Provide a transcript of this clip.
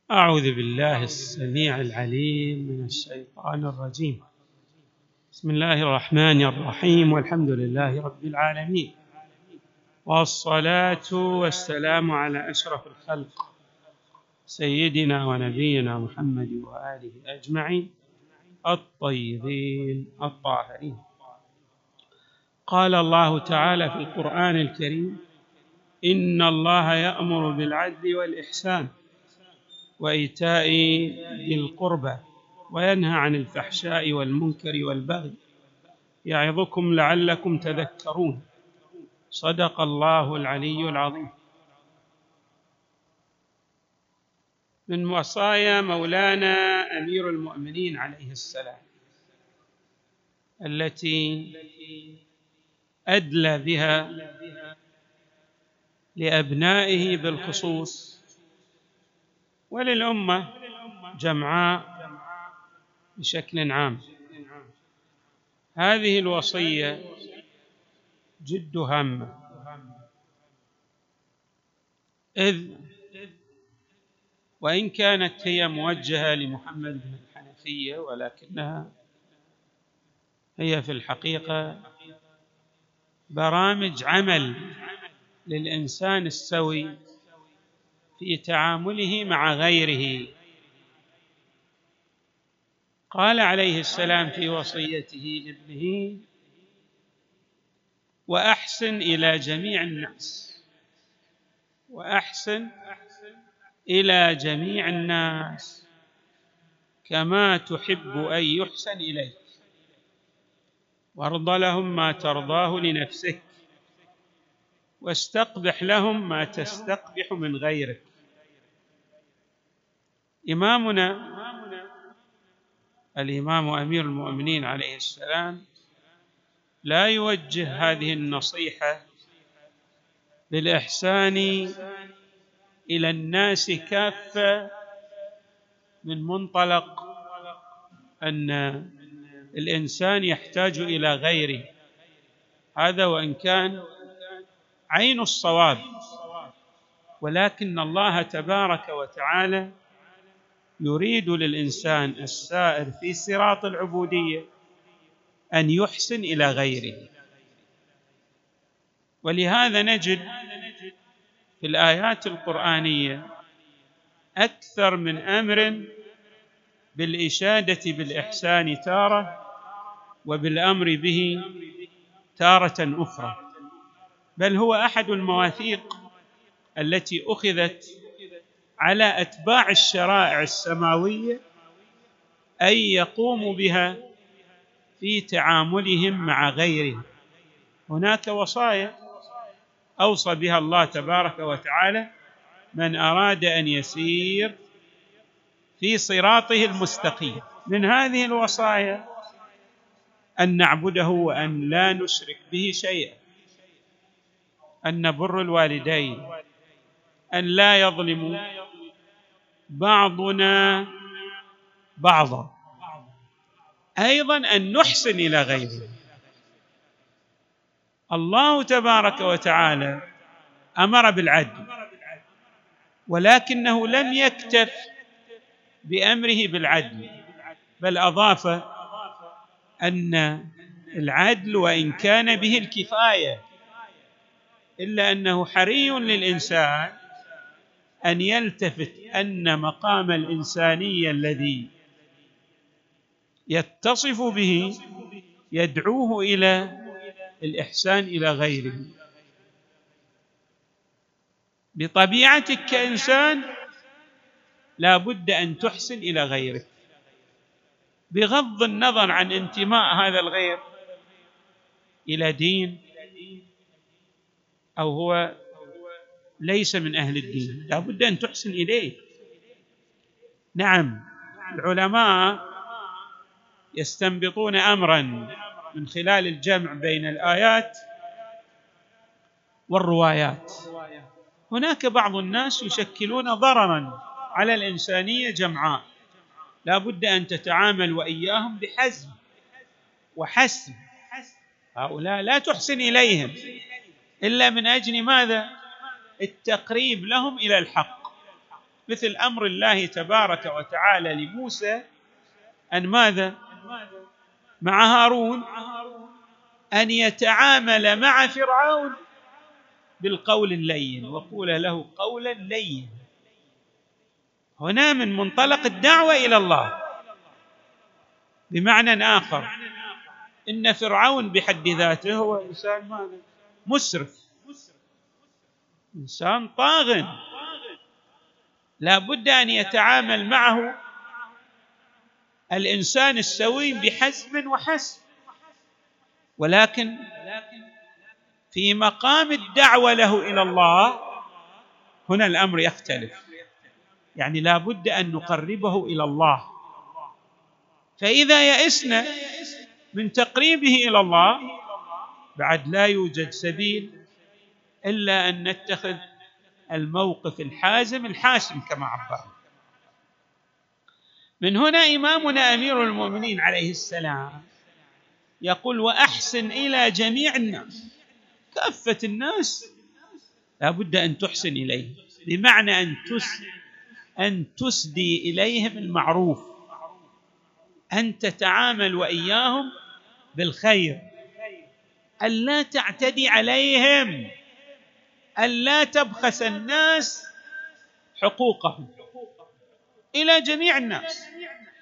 أعوذ بالله السميع العليم من الشيطان الرجيم. بسم الله الرحمن الرحيم، والحمد لله رب العالمين، والصلاة والسلام على أشرف الخلق سيدنا ونبينا محمد وآله أجمعين الطيبين الطاهرين. قال الله تعالى في القرآن الكريم: إن الله يأمر بالعدل والإحسان وإيتاء ذي القربى وينهى عن الفحشاء والمنكر والبغي يعظكم لعلكم تذكرون. صدق الله العلي العظيم. من وصايا مولانا أمير المؤمنين عليه السلام التي أدلى بها لأبنائه بالخصوص وللأمة جمعاء بشكل عام، هذه الوصية جد هامة، إذ وإن كانت هي موجهة لمحمد بن الحنفية، ولكنها هي في الحقيقة برامج عمل للإنسان السوي في تعامله مع غيره. قال عليه السلام في وصيته لابنه: وأحسن إلى جميع الناس، وأحسن إلى جميع الناس كما تحب أن يحسن إليك، وارض لهم ما ترضاه لنفسك، واستقبح لهم ما تستقبح من غيرك. إمامنا الإمام أمير المؤمنين عليه السلام لا يوجه هذه النصيحة بالإحسان إلى الناس كافة من منطلق أن الإنسان يحتاج إلى غيره، هذا وإن كان عين الصواب، ولكن الله تبارك وتعالى يريد للإنسان السائر في صراط العبودية أن يحسن إلى غيره. ولهذا نجد في الآيات القرآنية أكثر من أمر بالإشادة بالإحسان تارة، وبالأمر به تارة أخرى، بل هو أحد المواثيق التي أخذت على أتباع الشرائع السماوية أن يقوموا بها في تعاملهم مع غيرهم. هناك وصايا أوصى بها الله تبارك وتعالى من أراد أن يسير في صراطه المستقيم. من هذه الوصايا أن نعبده وأن لا نشرك به شيئا، أن نبر الوالدين، أن لا يظلم بعضنا بعضا، أيضا أن نحسن إلى غيره. الله تبارك وتعالى أمر بالعدل، ولكنه لم يكتف بأمره بالعدل، بل أضاف أن العدل وإن كان به الكفاية، إلا أنه حري للإنسان أن يلتفت أن مقام الإنسانية الذي يتصف به يدعوه إلى الإحسان إلى غيره. بطبيعتك كإنسان لا بد أن تحسن إلى غيرك، بغض النظر عن انتماء هذا الغير إلى دين أو هو ليس من أهل الدين، لا بد أن تحسن إليه. نعم، العلماء يستنبطون أمرا من خلال الجمع بين الآيات والروايات. هناك بعض الناس يشكلون ضررا على الإنسانية جمعاء، لا بد أن تتعامل وإياهم بحزم وحسم. هؤلاء لا تحسن إليهم إلا من أجل ماذا؟ التقريب لهم إلى الحق، مثل أمر الله تبارك وتعالى لموسى أن ماذا؟ مع هارون أن يتعامل مع فرعون بالقول اللين، وقول له قولا لين. هنا من منطلق الدعوة إلى الله. بمعنى آخر، إن فرعون بحد ذاته هو إنسان ماذا؟ مسرف، إنسان طاغٍ، لا بد أن يتعامل معه الإنسان السوي بحزم وحسم، ولكن في مقام الدعوة له إلى الله هنا الأمر يختلف، يعني لا بد أن نقربه إلى الله. فإذا يئسنا من تقريبه إلى الله بعد لا يوجد سبيل إلا أن نتخذ الموقف الحازم الحاسم كما عبرنا. من هنا إمامنا أمير المؤمنين عليه السلام يقول: وأحسن إلى جميع الناس، كافة الناس لا بد أن تحسن إليه، بمعنى أن تسدي إليهم المعروف، أن تتعامل وإياهم بالخير، ألا تعتدي عليهم، ألا تبخس الناس حقوقهم، إلى جميع الناس.